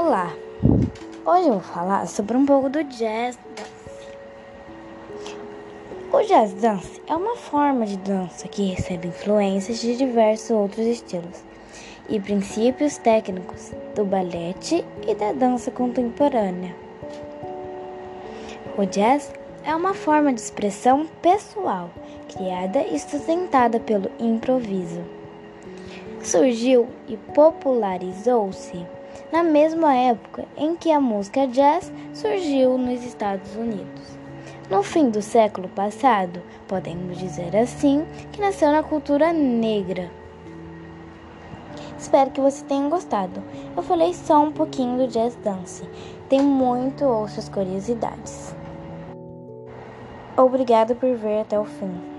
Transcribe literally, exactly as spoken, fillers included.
Olá! Hoje eu vou falar sobre um pouco do jazz dance. O jazz dance é uma forma de dança que recebe influências de diversos outros estilos e princípios técnicos do ballet e da dança contemporânea. O jazz é uma forma de expressão pessoal, criada e sustentada pelo improviso. Surgiu e popularizou-se na mesma época em que a música jazz surgiu nos Estados Unidos. No fim do século passado, podemos dizer assim, que nasceu na cultura negra. Espero que você tenha gostado. Eu falei só um pouquinho do jazz dance. Tem muito outras curiosidades. Obrigada por ver até o fim.